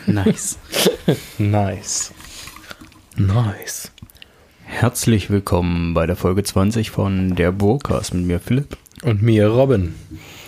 Nice. Nice. Herzlich willkommen bei der Folge 20 von der Burcast mit mir Philipp. Und mir Robin.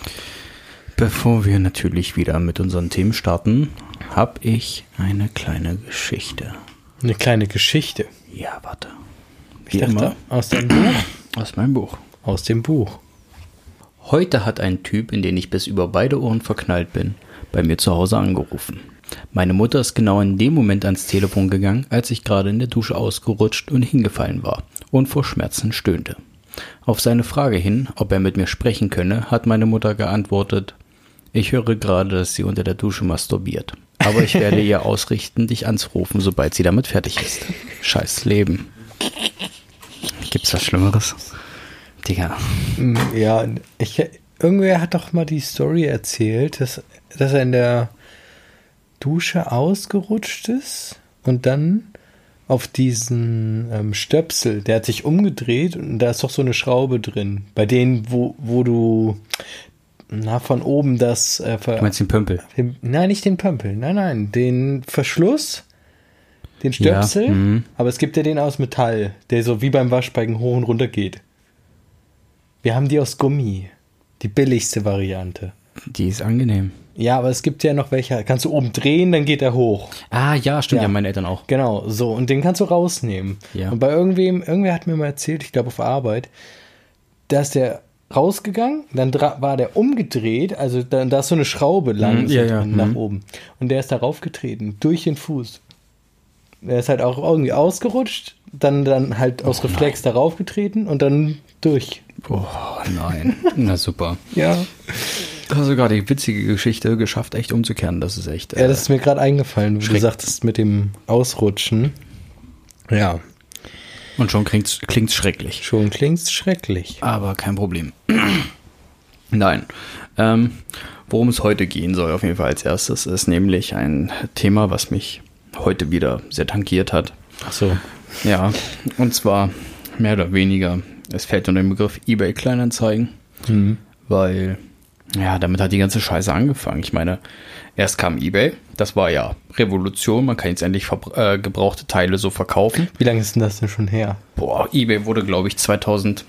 Bevor wir natürlich wieder mit unseren Themen starten, habe ich eine kleine Geschichte. Eine kleine Geschichte? Ja, warte. Ich dachte, aus deinem Buch? Aus meinem Buch. Aus dem Buch. Heute hat ein Typ, in den ich bis über beide Ohren verknallt bin, bei mir zu Hause angerufen. Meine Mutter ist genau in dem Moment ans Telefon gegangen, als ich gerade in der Dusche ausgerutscht und hingefallen war und vor Schmerzen stöhnte. Auf seine Frage hin, ob er mit mir sprechen könne, hat meine Mutter geantwortet: Ich höre gerade, dass sie unter der Dusche masturbiert. Aber ich werde ihr ausrichten, dich anzurufen, sobald sie damit fertig ist. Scheiß Leben. Gibt's was Schlimmeres? Digga. Ja, irgendwer hat doch mal die Story erzählt, dass er in der Dusche ausgerutscht ist und dann auf diesen Stöpsel, der hat sich umgedreht und da ist doch so eine Schraube drin. Bei denen, wo du von oben das... Du meinst den Pömpel? Nein, nicht den Pömpel. Nein, den Verschluss, den Stöpsel. Ja, aber es gibt ja den aus Metall, der so wie beim Waschbecken hoch und runter geht. Wir haben die aus Gummi. Die billigste Variante. Die ist angenehm. Ja, aber es gibt ja noch welche. Kannst du oben drehen, dann geht er hoch. Ah, ja, stimmt, ja, meine Eltern auch. Genau, so. Und den kannst du rausnehmen. Ja. Und bei irgendwer hat mir mal erzählt, ich glaube auf Arbeit, da ist der rausgegangen, dann war der umgedreht, also da ist so eine Schraube lang nach oben. Und der ist da raufgetreten, durch den Fuß. Der ist halt auch irgendwie ausgerutscht, dann halt aus Reflex darauf getreten und dann durch. Oh nein, na super. Ja. Hast du gerade die witzige Geschichte geschafft, echt umzukehren, das ist echt... ja, das ist mir gerade eingefallen, wie du sagtest, mit dem Ausrutschen. Ja. Und schon klingt's schrecklich. Schon klingt's schrecklich. Aber kein Problem. Nein. Worum es heute gehen soll, auf jeden Fall als erstes, ist nämlich ein Thema, was mich heute wieder sehr tangiert hat. Ach so. Ja, und zwar mehr oder weniger, es fällt unter den Begriff eBay Kleinanzeigen, weil, ja, damit hat die ganze Scheiße angefangen. Ich meine, erst kam eBay, das war ja Revolution, man kann jetzt endlich gebrauchte Teile so verkaufen. Wie lange ist denn das denn schon her? Boah, eBay wurde, glaube ich, 2001,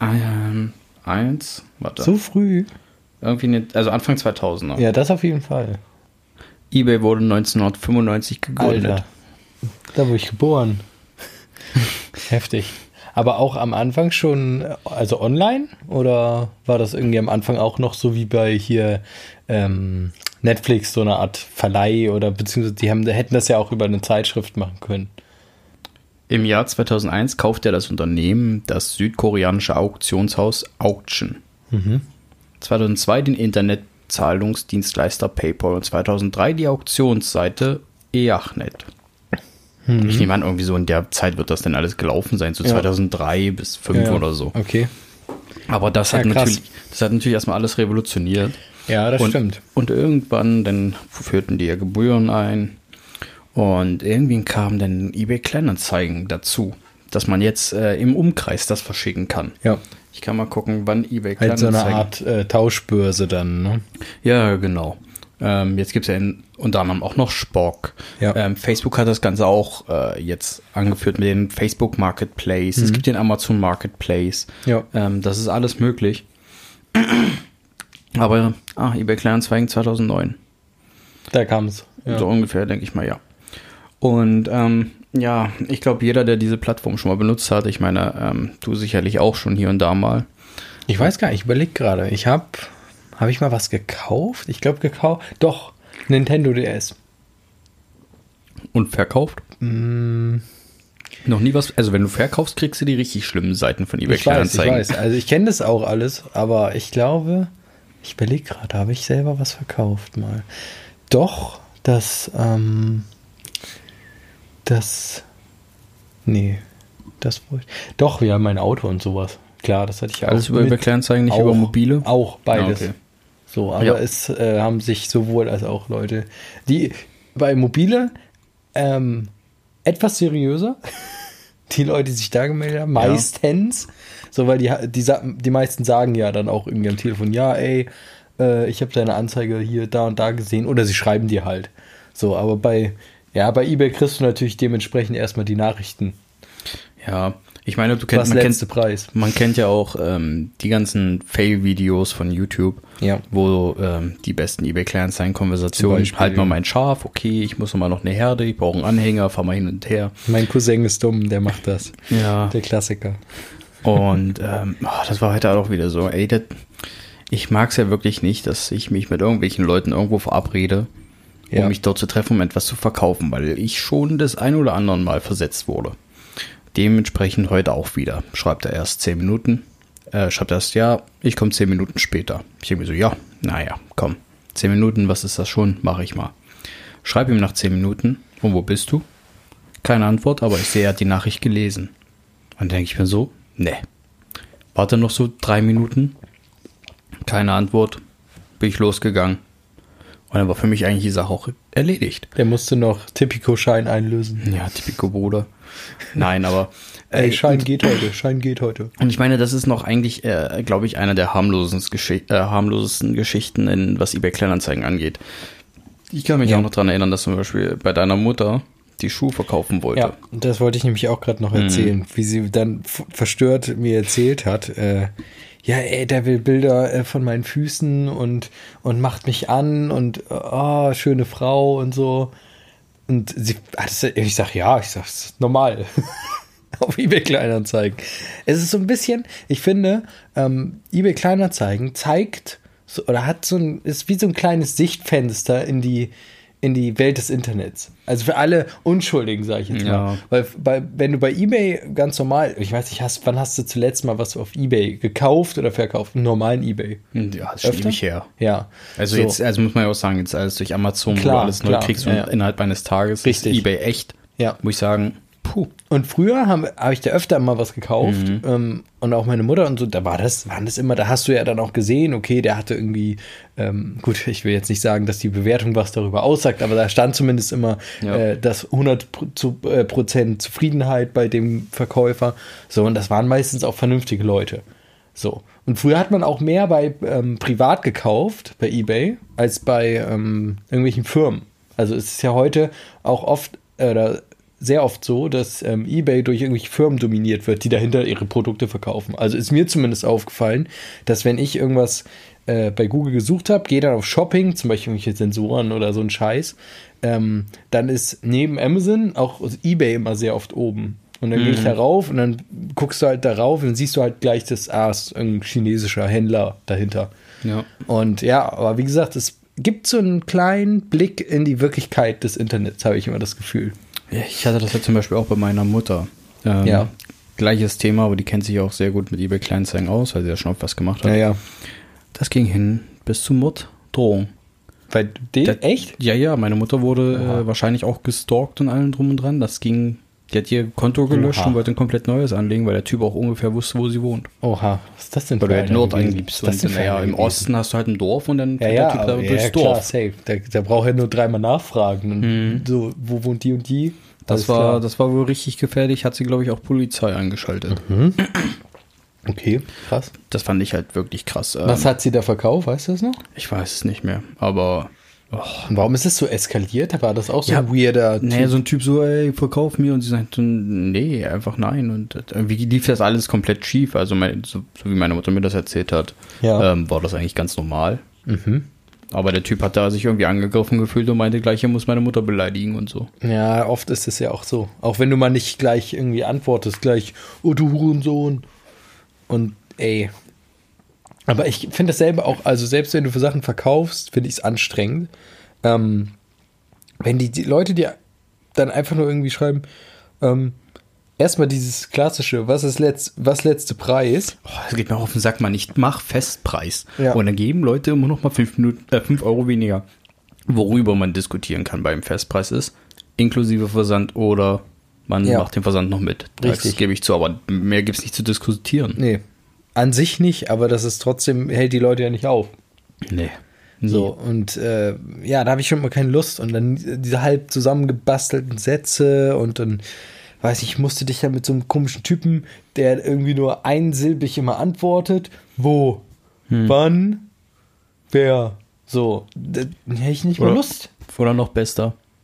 So früh? Irgendwie nicht, also Anfang 2000er. Ja, das auf jeden Fall. eBay wurde 1995 gegründet. Alter, da wurde ich geboren. Heftig. Aber auch am Anfang schon, also online? Oder war das irgendwie am Anfang auch noch so wie bei hier Netflix, so eine Art Verleih oder beziehungsweise hätten das ja auch über eine Zeitschrift machen können? Im Jahr 2001 kaufte das Unternehmen das südkoreanische Auktionshaus Auction. 2002 den Internetzahlungsdienstleister PayPal und 2003 die Auktionsseite Eachnet. Ich nehme an, irgendwie so in der Zeit wird das denn alles gelaufen sein, so 2003 bis 2005 oder so. Okay. Aber das hat natürlich erstmal alles revolutioniert. Ja, das stimmt. Und irgendwann, dann führten die ja Gebühren ein und irgendwie kamen dann eBay Kleinanzeigen dazu, dass man jetzt im Umkreis das verschicken kann. Ja. Ich kann mal gucken, wann eBay Kleinanzeigen... Halt so eine Art Tauschbörse dann, ne? Ja, genau. Jetzt gibt es ja unter anderem auch noch Spock. Ja. Facebook hat das Ganze auch jetzt angeführt mit dem Facebook Marketplace. Es gibt den Amazon Marketplace. Ja. Das ist alles möglich. Aber eBay Kleinanzeigen 2009. Da kam es. Ja. So ungefähr, denke ich mal, ja. Und ja, ich glaube, jeder, der diese Plattform schon mal benutzt hat, ich meine, du sicherlich auch schon hier und da mal. Ich weiß gar nicht, ich überlege gerade. Habe ich mal was gekauft? Ich glaube doch, Nintendo DS. Und verkauft? Noch nie was, also wenn du verkaufst, kriegst du die richtig schlimmen Seiten von eBay Kleinanzeigen. Ich weiß, also ich kenne das auch alles, aber ich glaube, ich überlege gerade, habe ich selber was verkauft mal? Doch, doch, ja, mein Auto und sowas. Klar, das hatte ich ja alles über eBay Kleinanzeigen, nicht über mobile? Auch, beides. Okay. So, aber es haben sich sowohl als auch Leute, die bei mobile etwas seriöser, die Leute, die sich da gemeldet haben, meistens, so, weil die meisten sagen ja dann auch irgendwie am Telefon, ja, ey, ich habe deine Anzeige hier, da und da gesehen, oder sie schreiben dir halt, So, aber bei eBay kriegst du natürlich dementsprechend erstmal die Nachrichten. Ja, ich meine, Preis. Man kennt ja auch die ganzen Fail-Videos von YouTube, wo die besten eBay-Kleinanzeigen-Konversationen, halt mal mein Schaf, okay, ich muss mal noch eine Herde, ich brauche einen Anhänger, fahr mal hin und her. Mein Cousin ist dumm, der macht das. Ja. Der Klassiker. Und das war heute auch wieder so, ey, ich mag es ja wirklich nicht, dass ich mich mit irgendwelchen Leuten irgendwo verabrede, um mich dort zu treffen, um etwas zu verkaufen, weil ich schon das ein oder andere Mal versetzt wurde. Dementsprechend heute auch wieder. Schreibt er erst 10 Minuten. Schreibt erst, ich komme 10 Minuten später. Ich denke mir so, komm. 10 Minuten, was ist das schon? Mache ich mal. Schreib ihm nach 10 Minuten. Und wo bist du? Keine Antwort, aber ich sehe, er hat die Nachricht gelesen. Und denke ich mir so, Warte noch so 3 Minuten. Keine Antwort. Bin ich losgegangen. Und dann war für mich eigentlich die Sache auch erledigt. Der musste noch Tipico-Schein einlösen. Ja, Tipico-Bruder. Nein, aber... Schein geht heute. Und ich meine, das ist noch eigentlich, glaube ich, einer der harmlosesten Geschichten, was eBay Kleinanzeigen angeht. Ich kann mich auch noch daran erinnern, dass zum Beispiel bei deiner Mutter die Schuhe verkaufen wollte. Ja, das wollte ich nämlich auch gerade noch erzählen, wie sie dann verstört mir erzählt hat, der will Bilder von meinen Füßen und macht mich an und schöne Frau und so. Und ich sag, es ist normal. Auf eBay Kleinanzeigen. Es ist so ein bisschen, ich finde, eBay Kleinanzeigen zeigt ist wie so ein kleines Sichtfenster in die Welt des Internets. Also für alle Unschuldigen, sage ich jetzt mal. Weil wenn du bei eBay ganz normal, ich weiß nicht, wann hast du zuletzt mal was auf eBay gekauft oder verkauft? Einen normalen eBay? Ja, das ist ewig her. Ja. Also jetzt, muss man ja auch sagen, jetzt alles durch Amazon, wo du alles neu kriegst und innerhalb eines Tages. Richtig. Ist eBay echt. Ja. Muss ich sagen, puh. Und früher habe ich da öfter mal was gekauft und auch meine Mutter und so, waren das immer, da hast du ja dann auch gesehen, okay, der hatte irgendwie, gut, ich will jetzt nicht sagen, dass die Bewertung was darüber aussagt, aber da stand zumindest immer das 100% Zufriedenheit bei dem Verkäufer. So, und das waren meistens auch vernünftige Leute. So. Und früher hat man auch mehr bei privat gekauft, bei eBay, als bei irgendwelchen Firmen. Also es ist ja heute auch oft, sehr oft so, dass eBay durch irgendwelche Firmen dominiert wird, die dahinter ihre Produkte verkaufen. Also ist mir zumindest aufgefallen, dass wenn ich irgendwas bei Google gesucht habe, gehe dann auf Shopping, zum Beispiel irgendwelche Sensoren oder so ein Scheiß, dann ist neben Amazon auch eBay immer sehr oft oben. Und dann gehe ich da rauf und dann guckst du halt darauf und dann siehst du halt gleich, ist ein chinesischer Händler dahinter. Ja. Und aber wie gesagt, es gibt so einen kleinen Blick in die Wirklichkeit des Internets, habe ich immer das Gefühl. Ich hatte das ja zum Beispiel auch bei meiner Mutter. Gleiches Thema, aber die kennt sich auch sehr gut mit eBay Kleinanzeigen aus, weil sie ja schon oft was gemacht hat. Ja. Das ging hin bis zur Morddrohung. Echt? Ja, meine Mutter wurde wahrscheinlich auch gestalkt und allem drum und dran. Die hat ihr Konto gelöscht und wollte ein komplett neues anlegen, weil der Typ auch ungefähr wusste, wo sie wohnt. Oha, was ist das denn für eine? Weil du halt Nord eingibst. Im Osten hast du halt ein Dorf und dann der Typ da durchs Dorf. Klar, safe. Der braucht ja nur 3-mal nachfragen. Und so, wo wohnt die und die? Das war wohl richtig gefährlich, hat sie, glaube ich, auch Polizei eingeschaltet. Okay, krass. Das fand ich halt wirklich krass. Was hat sie da verkauft, weißt du das noch? Ich weiß es nicht mehr, aber... Und warum ist es so eskaliert? War das auch so ein weirder Typ? Nee, so ein Typ so, ey, verkauf mir. Und sie sagt, nee, einfach nein. Und irgendwie lief das alles komplett schief. Also so wie meine Mutter mir das erzählt hat, war das eigentlich ganz normal. Aber der Typ hat da sich irgendwie angegriffen gefühlt und meinte gleich, er muss meine Mutter beleidigen und so. Ja, oft ist es ja auch so. Auch wenn du mal nicht gleich irgendwie antwortest, gleich, oh du Hurensohn. Und aber ich finde dasselbe auch, also selbst wenn du für Sachen verkaufst, finde ich es anstrengend. Wenn die Leute dir dann einfach nur irgendwie schreiben, erstmal dieses klassische, was letzte Preis? Das geht mir auf den Sack, man, ich mach Festpreis. Ja. Und dann geben Leute immer noch mal 5 Euro weniger. Worüber man diskutieren kann beim Festpreis ist, inklusive Versand oder man macht den Versand noch mit. Das gebe ich zu, aber mehr gibt es nicht zu diskutieren. Nee. An sich nicht, aber das ist trotzdem, hält die Leute ja nicht auf. Nee. So, und da habe ich schon mal keine Lust. Und dann diese halb zusammengebastelten Sätze und dann, weiß ich musste dich ja mit so einem komischen Typen, der irgendwie nur einsilbig immer antwortet. Wo? Wann? Wer? So, da hätte ich nicht mal Lust. Oder noch besser.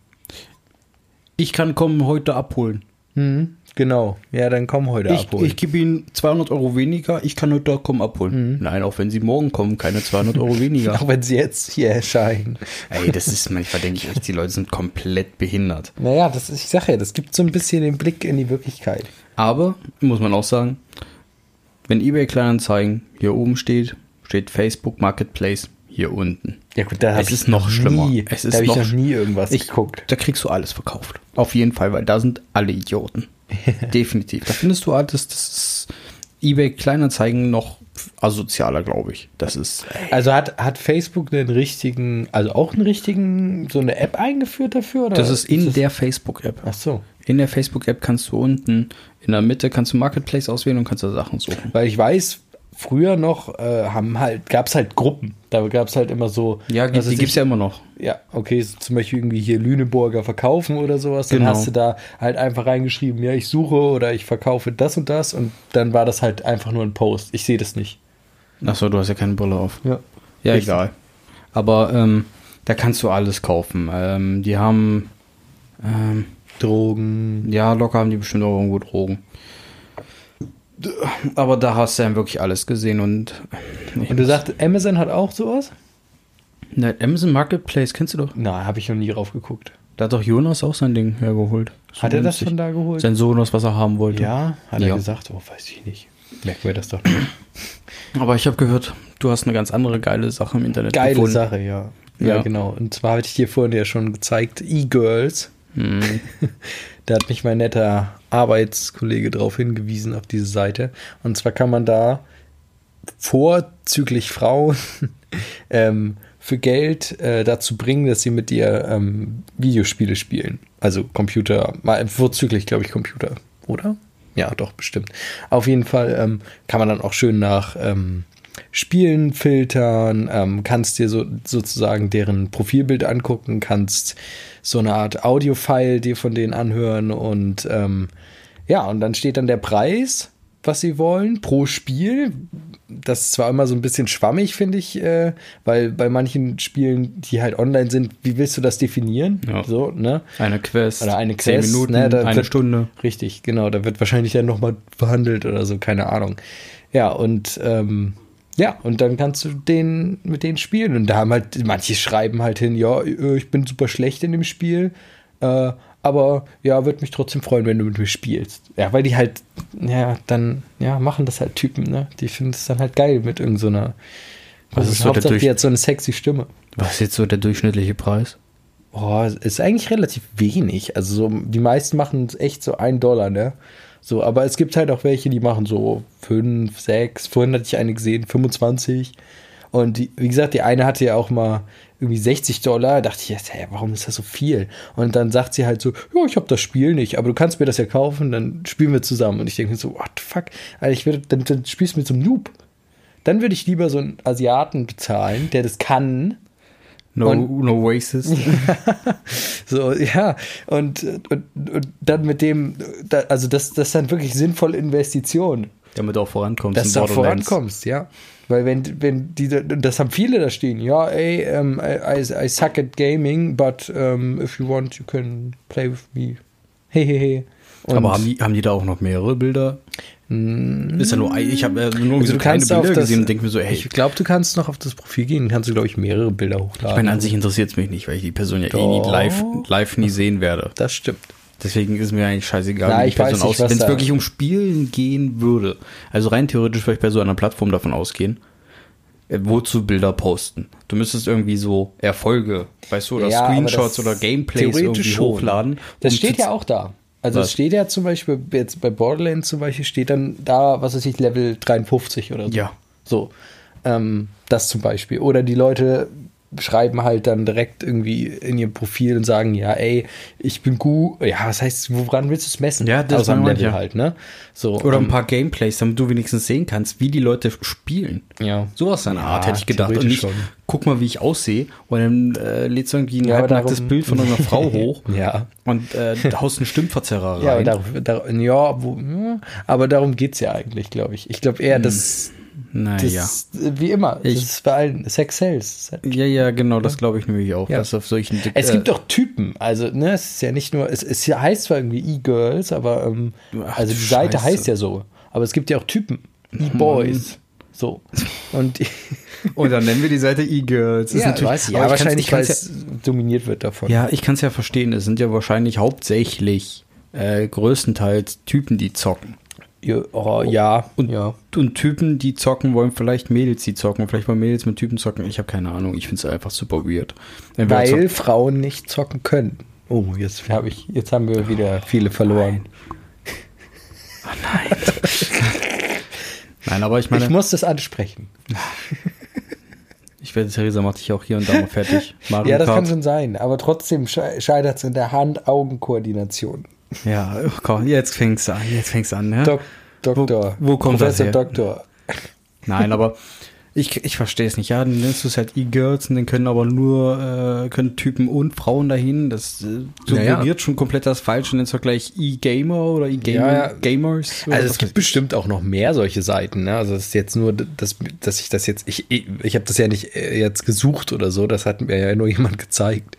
ich kann kommen heute abholen. Genau, ja, dann komm heute abholen. Ich gebe Ihnen 200 Euro weniger, ich kann heute kommen abholen. Nein, auch wenn Sie morgen kommen, keine 200 Euro weniger. Auch wenn sie jetzt hier erscheinen. Ey, das ist, manchmal denke ich echt, die Leute sind komplett behindert. Naja, ich sage ja, das gibt so ein bisschen den Blick in die Wirklichkeit. Aber, muss man auch sagen, wenn eBay Kleinanzeigen hier oben steht Facebook Marketplace hier unten. Ja gut, da es ist noch schlimmer. Es ist da habe ich noch nie irgendwas geguckt. Da kriegst du alles verkauft. Auf jeden Fall, weil da sind alle Idioten. Definitiv. Da findest du alles, das ist eBay Kleinanzeigen noch asozialer, glaube ich. Das ist. Also hat Facebook so eine App eingeführt dafür? Oder? Das ist in der Facebook-App. Ach so. In der Facebook-App kannst du unten in der Mitte kannst du Marketplace auswählen und kannst da Sachen suchen. Weil ich weiß, früher noch gab es halt Gruppen. Da gab es halt immer so. Ja, die gibt es ja immer noch. Ja, okay, so zum Beispiel irgendwie hier Lüneburger verkaufen oder sowas. Dann Genau. hast du da halt einfach reingeschrieben, ja, ich suche oder ich verkaufe das und das. Und dann war das halt einfach nur ein Post. Ich sehe das nicht. Achso, du hast ja keine Brille auf. Ja. Ja, egal. Aber da kannst du alles kaufen. Die haben Drogen. Ja, locker haben die bestimmt auch irgendwo Drogen. Aber da hast du ja wirklich alles gesehen und du sagst, Amazon hat auch sowas? Na, Amazon Marketplace kennst du doch. Nein, habe ich noch nie drauf geguckt. Da hat doch Jonas auch sein Ding hergeholt. Hat er das von da geholt? Sein Sohn, was er haben wollte. Ja, hat er gesagt. Oh, weiß ich nicht. Merken wir das doch nicht. Aber ich habe gehört, du hast eine ganz andere geile Sache im Internet geile gefunden. Sache, ja. Ja, genau. Und zwar hatte ich dir vorhin ja schon gezeigt, E-Girls. Da hat mich mein netter Arbeitskollege darauf hingewiesen, auf diese Seite. Und zwar kann man da vorzüglich Frauen für Geld dazu bringen, dass sie mit dir Videospiele spielen. Also Computer, mal vorzüglich, glaube ich, Computer, oder? Ja, doch, bestimmt. Auf jeden Fall kann man dann auch schön nach Spielen filtern, kannst dir sozusagen deren Profilbild angucken, kannst so eine Art Audio-File dir von denen anhören und und dann steht dann der Preis, was sie wollen, pro Spiel. Das ist zwar immer so ein bisschen schwammig, finde ich, weil bei manchen Spielen, die halt online sind, wie willst du das definieren? Ja. So, ne? Eine Quest, oder eine 10 Quest, Minuten, ne? eine Stunde. Richtig, genau. Da wird wahrscheinlich dann nochmal verhandelt oder so, keine Ahnung. Ja, und und dann kannst du mit denen spielen. Und da haben halt, manche schreiben halt hin, ja, ich bin super schlecht in dem Spiel, aber ja, würde mich trotzdem freuen, wenn du mit mir spielst. Ja, weil die halt, machen das halt Typen, ne? Die finden es dann halt geil mit irgend so einer. Was ist so Hauptsache, die hat so eine sexy Stimme. Was ist jetzt so der durchschnittliche Preis? Oh, ist eigentlich relativ wenig. Also so, die meisten machen echt so $1, ne? So, aber es gibt halt auch welche, die machen so 5, 6. Vorhin hatte ich eine gesehen, 25. Und wie gesagt, die eine hatte ja auch mal irgendwie $60. Da dachte ich jetzt, warum ist das so viel? Und dann sagt sie halt so, ja, ich habe das Spiel nicht, aber du kannst mir das ja kaufen, dann spielen wir zusammen. Und ich denke mir so, what the fuck? Alter, dann spielst du mit so einem Noob. Dann würde ich lieber so einen Asiaten bezahlen, der das kann. No racist. So, ja. Und dann mit dem, also das ist dann wirklich sinnvolle Investition. Damit du auch vorankommst. Dass du auch vorankommst, ja. Weil wenn die, das haben viele da stehen, ja, ey, I suck at gaming, but if you want, you can play with me. Hey. Aber haben die da auch noch mehrere Bilder? Ist ja nur, ich habe nur also so kleine Bilder gesehen und denke mir so, ich glaube, du kannst noch auf das Profil gehen, kannst du, glaube ich, mehrere Bilder hochladen. Ich meine, an sich interessiert es mich nicht, weil ich die Person ja nie live nie sehen werde. Das stimmt. Deswegen ist mir eigentlich scheißegal, wie die Person aussieht. Wenn es wirklich um Spielen gehen würde, also rein theoretisch würde ich bei so einer Plattform davon ausgehen, wozu Bilder posten. Du müsstest irgendwie so Erfolge, weißt du, oder Screenshots oder Gameplays irgendwie hochladen. Das steht ja auch da. Also es steht ja zum Beispiel, jetzt bei Borderlands zum Beispiel, steht dann da, was weiß ich, Level 53 oder so. Ja. So, das zum Beispiel. Oder die Leute schreiben halt dann direkt irgendwie in ihr Profil und sagen, ja, ey, ich bin gut. Ja, was heißt, woran willst du es messen? Ja, das außer am Level halt, ne? So, oder ein paar Gameplays, damit du wenigstens sehen kannst, wie die Leute spielen. Ja. Sowas in der Art, hätte ich gedacht. Und nicht, guck mal, wie ich aussehe. Und dann lädst du irgendwie ein halbnacktes Bild von einer Frau hoch. Ja. Und haust einen Stimmverzerrer rein. Ja, aber darum geht's ja eigentlich, glaube ich. Ich glaube eher, dass Naja. Wie immer. Das ist bei allen. Sex sells. Ja, genau, das glaube ich nämlich auch. Ja. Dass auf solchen Es gibt auch Typen. Also, ne, es ist ja nicht nur, es heißt zwar irgendwie E-Girls, aber also die Seite Scheiße. heißt ja so. Aber es gibt ja auch Typen. E-Boys. So. Und dann nennen wir die Seite E-Girls. ja, weiß ich. Ja, wahrscheinlich, weil es dominiert wird davon. Ja, ich kann es ja verstehen. Es sind ja wahrscheinlich hauptsächlich größtenteils Typen, die zocken. Und Typen, die zocken, wollen vielleicht Mädels, die zocken. Vielleicht wollen Mädels mit Typen zocken. Ich habe keine Ahnung. Ich finde es einfach super weird. Weil Frauen nicht zocken können. Oh, jetzt haben wir wieder viele verloren. Nein. Nein, aber ich meine... Ich muss das ansprechen. Ich werde, Theresa macht dich auch hier und da mal fertig. Ja, das kann schon sein. Aber trotzdem scheitert es in der Hand-Augen-Koordination. Ja, oh Gott, jetzt fängst du an. Ne? Doktor. Wo kommt das her? Doktor. Nein, aber ich verstehe es nicht. Ja, dann nennst du es halt E-Girls und dann können Typen und Frauen dahin. Das suggeriert schon komplett das Falsche. Nennst du gleich E-Gamer oder E-Gamers. Also es gibt bestimmt auch noch mehr solche Seiten. Ne? Also es ist jetzt nur, dass ich das jetzt, ich habe das ja nicht jetzt gesucht oder so. Das hat mir ja nur jemand gezeigt.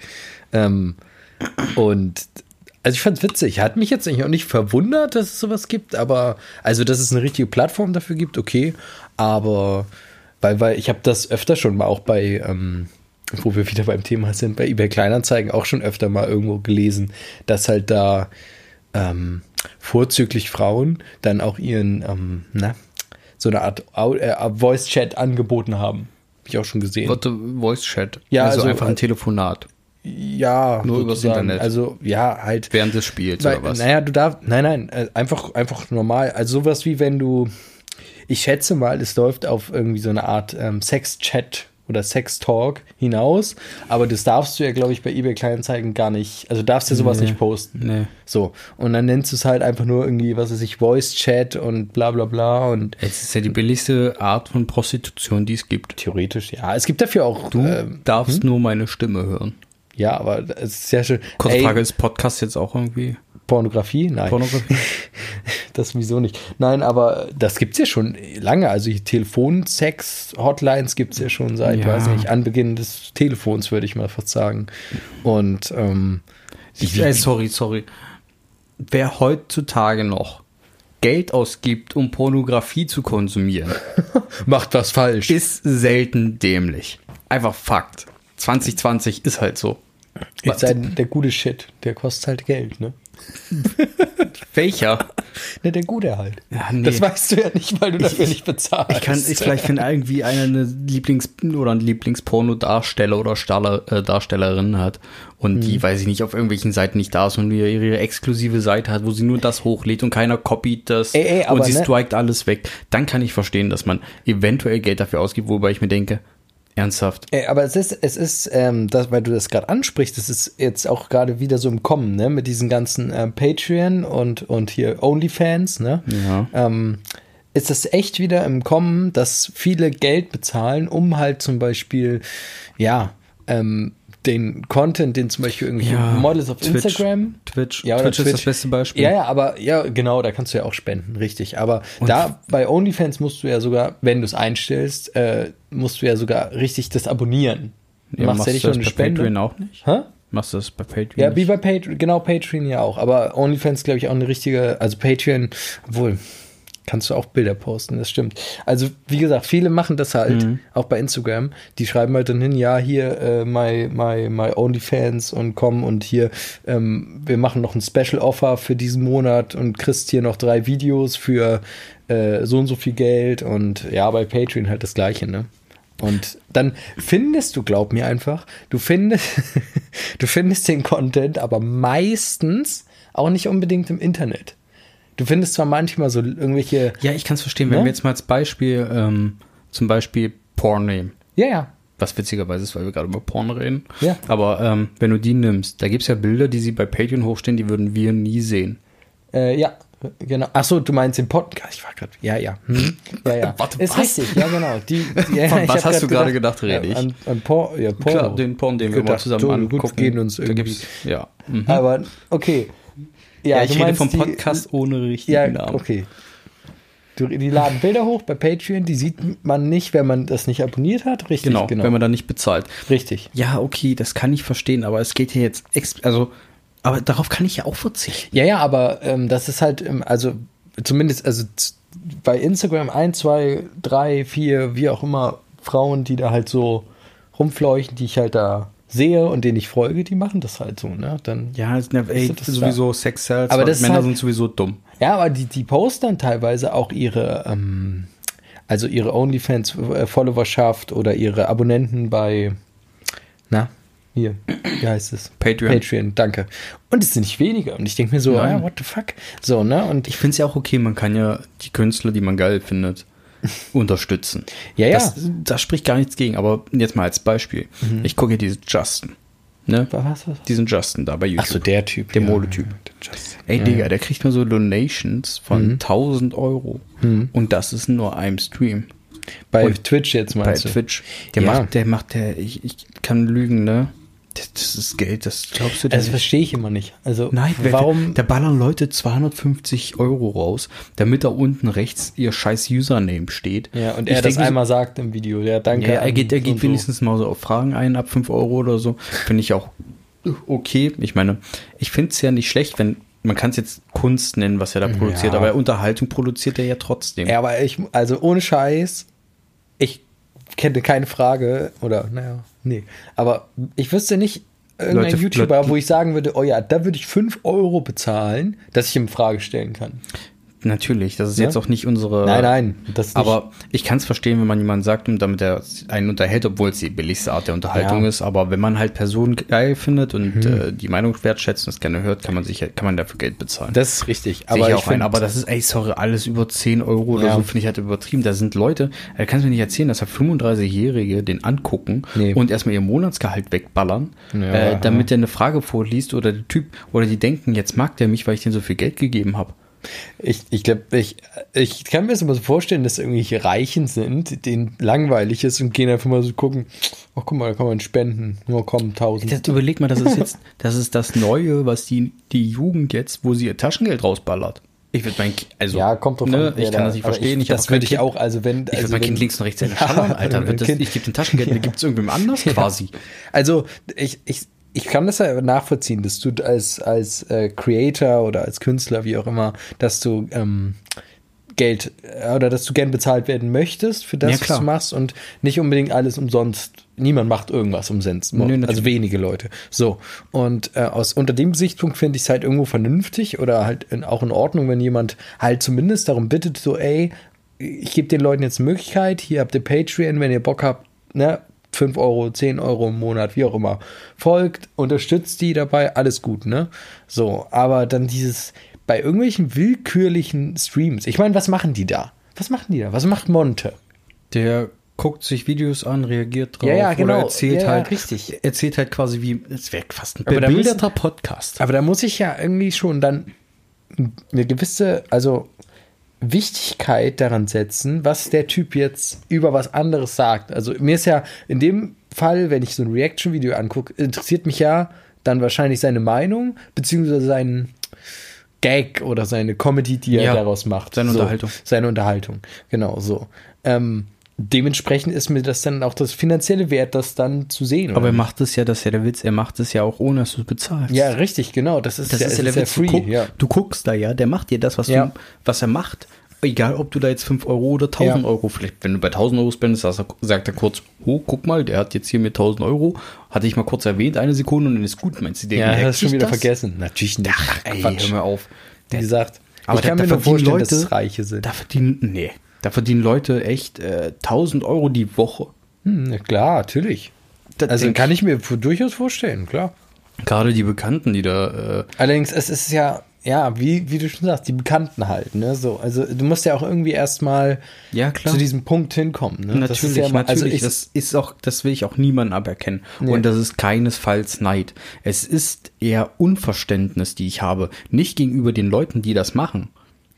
Und also ich fand's witzig. Hat mich jetzt eigentlich auch nicht verwundert, dass es sowas gibt, aber also dass es eine richtige Plattform dafür gibt, okay. Aber weil ich habe das öfter schon mal auch bei, wo wir wieder beim Thema sind, bei eBay Kleinanzeigen auch schon öfter mal irgendwo gelesen, dass halt da vorzüglich Frauen dann auch ihren, so eine Art Voice-Chat angeboten haben. Hab ich auch schon gesehen. Voice-Chat? Ja, also einfach ein Telefonat. Ja, nur übers Internet. Also, ja, halt. Während des Spiels oder was? Naja, du darfst, nein, einfach normal. Also sowas wie wenn du, ich schätze mal, es läuft auf irgendwie so eine Art Sex-Chat oder Sex-Talk hinaus, aber das darfst du ja, glaube ich, bei eBay Kleinanzeigen gar nicht, also darfst du sowas nicht posten. Nee. So, und dann nennst du es halt einfach nur irgendwie, was weiß ich, Voice-Chat und bla bla bla und es ist ja die billigste Art von Prostitution, die es gibt. Theoretisch, ja. Es gibt dafür auch... Du darfst nur meine Stimme hören. Ja, aber es ist sehr schön. Kurze Frage, ist Podcast jetzt auch irgendwie... Pornografie? Nein. Pornografie? Das sowieso nicht. Nein, aber das gibt's ja schon lange. Also Telefonsex-Hotlines gibt's ja schon seit, weiß nicht, Anbeginn des Telefons, würde ich mal fast sagen. Und sorry. Wer heutzutage noch Geld ausgibt, um Pornografie zu konsumieren, macht was falsch. Ist selten dämlich. Einfach Fakt. 2020 ist halt so. Jetzt der gute Shit, der kostet halt Geld, ne? Welcher? Ne, der gute halt. Ja, nee. Das weißt du ja nicht, weil du dafür nicht bezahlst. Vielleicht finde irgendwie einer eine Lieblingsporno-Darsteller oder Darstellerin hat und die, weiß ich nicht, auf irgendwelchen Seiten nicht da ist und ihre exklusive Seite hat, wo sie nur das hochlädt und keiner copied das und sie strikt alles weg. Dann kann ich verstehen, dass man eventuell Geld dafür ausgibt, wobei ich mir denke, ernsthaft. Aber es ist, das, weil du das gerade ansprichst, das ist jetzt auch gerade wieder so im Kommen, ne, mit diesen ganzen Patreon und hier OnlyFans, ne? Ja. Ist das echt wieder im Kommen, dass viele Geld bezahlen, um halt zum Beispiel, den Content, den zum Beispiel irgendwelche Models auf Twitch, Instagram. Twitch ist das beste Beispiel. Ja, aber genau, da kannst du ja auch spenden, richtig. Aber da bei OnlyFans musst du ja sogar, wenn du es einstellst, musst du ja sogar richtig das abonnieren. Ja, machst du das bei Patreon auch nicht? Hä? Machst du das bei Patreon? Ja, wie bei Patreon, genau, Patreon ja auch. Aber OnlyFans, glaube ich, auch eine richtige, also Patreon, obwohl, kannst du auch Bilder posten, das stimmt. Also, wie gesagt, viele machen das halt, auch bei Instagram. Die schreiben halt dann hin, ja, hier, my OnlyFans und kommen und hier, wir machen noch ein Special Offer für diesen Monat und kriegst hier noch 3 Videos für so und so viel Geld und ja, bei Patreon halt das Gleiche, ne? Und dann findest du, glaub mir einfach, du findest den Content, aber meistens auch nicht unbedingt im Internet. Du findest zwar manchmal so irgendwelche... Ja, ich kann es verstehen. Wenn wir jetzt mal als Beispiel zum Beispiel Porn nehmen. Ja. Was witzigerweise ist, weil wir gerade über Porn reden. Ja. Aber wenn du die nimmst, da gibt es ja Bilder, die sie bei Patreon hochstehen, die würden wir nie sehen. Ja, genau. Achso, du meinst den Podcast. Ich war gerade... Ja. Ja. Warte, ist was? richtig, ja genau. Was hast du gerade gedacht, rede ich? An Porno. Klar, den Porn, den wir mal zusammen angucken. Gut, gehen uns irgendwie. Ja. Aber, okay. Ja, ich rede vom Podcast ohne richtigen Namen. Okay. Die laden Bilder hoch bei Patreon, die sieht man nicht, wenn man das nicht abonniert hat. Richtig, genau. Wenn man da nicht bezahlt. Richtig. Ja, okay, das kann ich verstehen, aber es geht hier jetzt, aber darauf kann ich ja auch verzichten. Ja, aber das ist halt, also zumindest, also bei Instagram 1, 2, 3, 4, wie auch immer, Frauen, die da halt so rumfleuchen, die ich halt da sehe und denen ich folge, die machen das halt so, ne? Dann ja, das ist sowieso Sex-Sales, aber Männer halt, sind sowieso dumm. Ja, aber die posten dann teilweise auch ihre OnlyFans-Followerschaft oder ihre Abonnenten bei, hier, wie heißt es? Patreon, danke. Und es sind nicht weniger. Und ich denke mir so, what the fuck? So, ne? Und ich finde es ja auch okay, man kann ja die Künstler, die man geil findet, unterstützen. Ja. Das spricht gar nichts gegen, aber jetzt mal als Beispiel. Ich gucke diesen Justin. Ne? Was? Diesen Justin da bei YouTube. Ach so, der Typ. Der Modetyp. Ey, Digga, der kriegt nur so Donations von 1.000 Euro. Und das ist nur einem Stream. Bei Twitch jetzt meinst du? Bei Twitch. Ich kann lügen, ne? Das ist Geld, das glaubst du denn? Das verstehe ich immer nicht. Also, nein, warum? Da ballern Leute 250 Euro raus, damit da unten rechts ihr scheiß Username steht. Ja, und er das einmal sagt im Video. Ja, danke. Ja, er geht wenigstens mal so auf Fragen ein, ab 5 Euro oder so. Finde ich auch okay. Ich meine, ich finde es ja nicht schlecht, wenn man kann es jetzt Kunst nennen, was er da produziert, aber Unterhaltung produziert er ja trotzdem. Ja, aber also ohne Scheiß, ich kenne keine Frage oder, nee. Aber ich wüsste nicht irgendeinen YouTuber, wo ich sagen würde, oh ja, da würde ich 5 Euro bezahlen, dass ich ihm Frage stellen kann. Natürlich, das ist jetzt auch nicht unsere... Nein, das nicht. Aber ich kann es verstehen, wenn man jemanden sagt, damit er einen unterhält, obwohl es die billigste Art der Unterhaltung ist. Aber wenn man halt Personen geil findet und die Meinung wertschätzt und es gerne hört, kann man dafür Geld bezahlen. Das ist richtig. Aber aber das ist, alles über 10 Euro oder so, finde ich halt übertrieben. Da sind Leute, da kannst du mir nicht erzählen, dass 35-Jährige den angucken und erstmal ihr Monatsgehalt wegballern, damit der eine Frage vorliest oder der Typ, oder die denken, jetzt mag der mich, weil ich denen so viel Geld gegeben habe. Ich glaube, ich kann mir das immer so vorstellen, dass irgendwelche Reichen sind, denen langweilig ist und gehen einfach mal so gucken, oh, guck mal, da kann man spenden, nur kommen 1000. Überleg mal, das ist das Neue, was die Jugend jetzt, wo sie ihr Taschengeld rausballert. Ich würde kommt drauf an. Ich kann das nicht verstehen. Das würde ich auch, ich würde mein Kind links und rechts schallern, Alter. Ich gebe den Taschengeld, der gibt es irgendwem anders quasi. Also, ich kann das ja nachvollziehen, dass du als Creator oder als Künstler, wie auch immer, dass du Geld oder dass du gern bezahlt werden möchtest für das, was du machst und nicht unbedingt alles umsonst. Niemand macht irgendwas umsonst. Also wenige Leute. So. Und unter dem Gesichtspunkt finde ich es halt irgendwo vernünftig oder halt auch in Ordnung, wenn jemand halt zumindest darum bittet, so, ey, ich gebe den Leuten jetzt eine Möglichkeit, hier habt ihr Patreon, wenn ihr Bock habt, ne, 5 Euro, 10 Euro im Monat, wie auch immer, folgt, unterstützt die dabei, alles gut, ne? So, aber dann bei irgendwelchen willkürlichen Streams, ich meine, was machen die da? Was macht Monte? Der guckt sich Videos an, reagiert drauf genau. Oder erzählt richtig. Erzählt halt quasi wie, es wäre fast ein bebilderter Podcast. Aber da muss ich ja irgendwie schon dann eine gewisse, Wichtigkeit daran setzen, was der Typ jetzt über was anderes sagt. Also mir ist ja in dem Fall, wenn ich so ein Reaction-Video angucke, interessiert mich ja dann wahrscheinlich seine Meinung, beziehungsweise seinen Gag oder seine Comedy, die er daraus macht. Seine Unterhaltung, genau so. Dementsprechend ist mir das dann auch das finanzielle Wert, das dann zu sehen. Aber er macht es ja, das ist ja der Witz, er macht es ja auch ohne, dass du es bezahlst. Ja, richtig, genau. Das ist ja der Witz. Free, du guckst da der macht dir das, was er macht. Egal, ob du da jetzt 5 Euro oder 1.000 Euro, vielleicht, wenn du bei 1.000 Euro spendest, sagt er kurz, oh, guck mal, der hat jetzt hier mit 1.000 Euro, hatte ich mal kurz erwähnt, eine Sekunde und dann ist gut, meinst du? Ja, hast du schon wieder vergessen. Natürlich nicht. Ach, ey, hör mir auf. Wie gesagt, aber ich kann mir nur vorstellen, dass es Reiche sind. Da verdienen Leute echt 1.000 Euro die Woche. Klar, natürlich. Also kann ich mir durchaus vorstellen, klar. Gerade die Bekannten, die da... Allerdings, es ist wie du schon sagst, die Bekannten halt, ne, so. Also du musst ja auch irgendwie erstmal zu diesem Punkt hinkommen, ne? Natürlich. Das will ich auch niemandem aberkennen. Nee. Und das ist keinesfalls Neid. Es ist eher Unverständnis, die ich habe. Nicht gegenüber den Leuten, die das machen.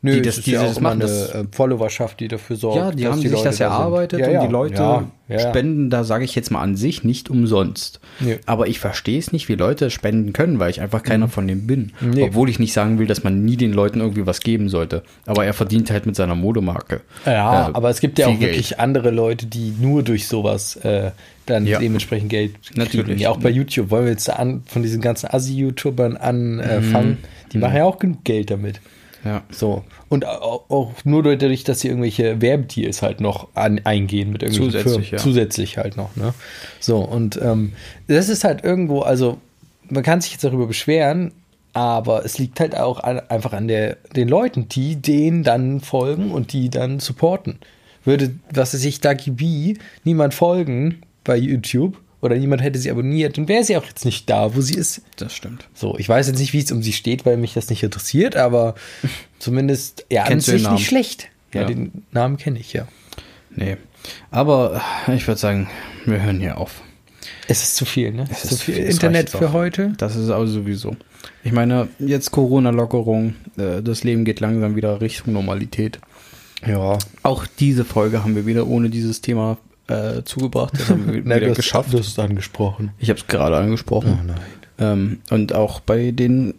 Nö, die es ist ja auch immer eine Followerschaft, die dafür sorgt. Ja, die haben sich das erarbeitet und die Leute spenden da, sage ich jetzt mal an sich, nicht umsonst. Nee. Aber ich verstehe es nicht, wie Leute spenden können, weil ich einfach keiner von denen bin. Nee. Obwohl ich nicht sagen will, dass man nie den Leuten irgendwie was geben sollte. Aber er verdient halt mit seiner Modemarke. Ja, aber es gibt ja auch viel wirklich Geld. andere Leute, die nur durch sowas dann dementsprechend Geld kriegen. Natürlich. Ja, auch bei YouTube. Wollen wir jetzt von diesen ganzen Assi-YouTubern anfangen? Die machen ja auch genug Geld damit. Ja. So. Und auch nur dadurch, dass sie irgendwelche Werbedeals halt noch eingehen mit irgendwelchen Zusätzlich, Firmen. ja. Zusätzlich halt noch, ne? So, und das ist halt irgendwo, also man kann sich jetzt darüber beschweren, aber es liegt halt auch einfach an den Leuten, die denen dann folgen und die dann supporten. Würde, was weiß ich, Dagi B niemand folgen bei YouTube oder niemand hätte sie abonniert, dann wäre sie auch jetzt nicht da, wo sie ist. Das stimmt. So, ich weiß jetzt nicht, wie es um sie steht, weil mich das nicht interessiert, aber zumindest, ja, an Kennst du den sich Namen? nicht schlecht. Ja, Ja. den Namen kenne ich, ja. Nee. Aber ich würde sagen, wir hören hier auf. Es ist zu viel, ne? Es Zu ist viel viel, es Internet reicht für auch. heute. Das ist aber sowieso. Ich meine, jetzt Corona-Lockerung, das Leben geht langsam wieder Richtung Normalität. Ja. Auch diese Folge haben wir wieder ohne dieses Thema zugebracht. Das haben wir wieder geschafft. Du hast es angesprochen. Ich habe es gerade angesprochen. Oh nein. Und auch bei den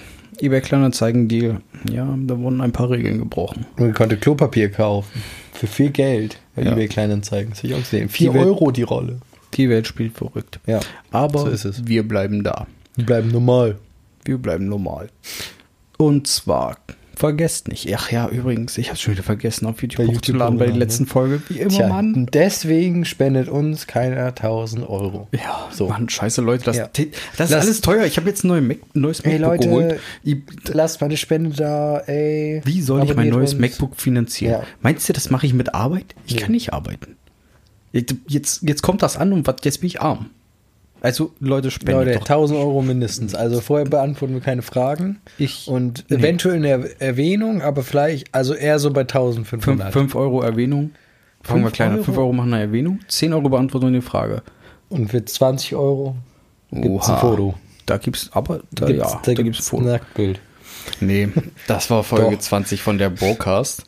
eBay-Kleinanzeigen-Deal, ja, da wurden ein paar Regeln gebrochen. Und ich konnte Klopapier kaufen. Für viel Geld. Bei Ja. eBay Kleinanzeigen. Das habe ich auch gesehen. 4 Die Welt- Euro die Rolle. Die Welt spielt verrückt. Ja. Aber So ist es. wir bleiben da. Die bleiben normal. Wir bleiben normal. Und zwar, vergesst nicht. Ach ja, übrigens, ich habe schon wieder vergessen, auf YouTube Bei hochzuladen bei der YouTube, letzten Folge. Wie immer, Tja, Mann. und deswegen spendet uns keiner 1000 Euro. Ja, So. Mann, scheiße, Leute. Das Ja. ist Lass- alles teuer. Ich habe jetzt ein neues Ey, MacBook Leute, geholt. lasst meine Spende da, ey. Wie soll ich mein Abonniert neues uns. MacBook finanzieren? Ja. Meinst du, das mache ich mit Arbeit? Ich kann nicht arbeiten. Jetzt kommt das an und jetzt bin ich arm. Also, Leute, spendet Leute, doch. 1000 Euro mindestens. Also vorher beantworten wir keine Fragen. Und Nee. eventuell eine Erwähnung, aber vielleicht, also eher so bei 1500. 5 Euro Erwähnung. Fangen wir 5 kleiner. Euro? 5 Euro machen eine Erwähnung. 10 Euro Beantwortung der Frage. Und für 20 Euro gibt's ein Oha. Foto. Da gibt's, aber da Da gibt's gibt's ein Foto. ein Nacktbild. Nee, das war Folge Doch. 20 von der Broadcast.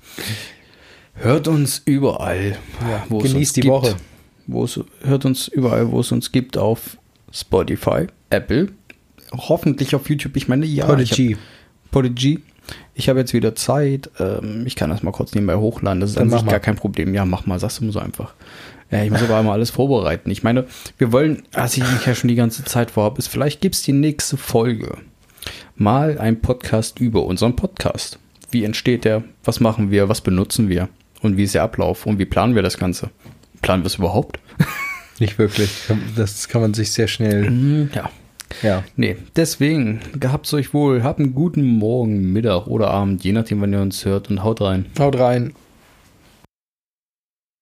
Hört uns überall, Ja, wo es uns genießt die gibt. Woche. Hört uns überall, wo es uns gibt, auf Spotify, Apple, hoffentlich auf YouTube. Ich meine, ja. Podigy. Ich habe jetzt wieder Zeit. Ich kann das mal kurz nebenbei hochladen. Das ist Dann an mach sich mal. gar kein Problem. Ja, mach mal, sagst du mir so einfach. Ja, ich muss aber mal alles vorbereiten. Ich meine, wir wollen, was ich eigentlich ja schon die ganze Zeit vorhabe, ist, vielleicht gibt es die nächste Folge mal ein Podcast über unseren Podcast. Wie entsteht der? Was machen wir? Was benutzen wir? Und wie ist der Ablauf? Und wie planen wir das Ganze? Planen wir es überhaupt? Nicht wirklich. Das kann man sich sehr schnell. Ja. Ja. Nee, deswegen, gehabt's euch wohl. Habt einen guten Morgen, Mittag oder Abend, je nachdem, wann ihr uns hört und haut rein. Haut rein.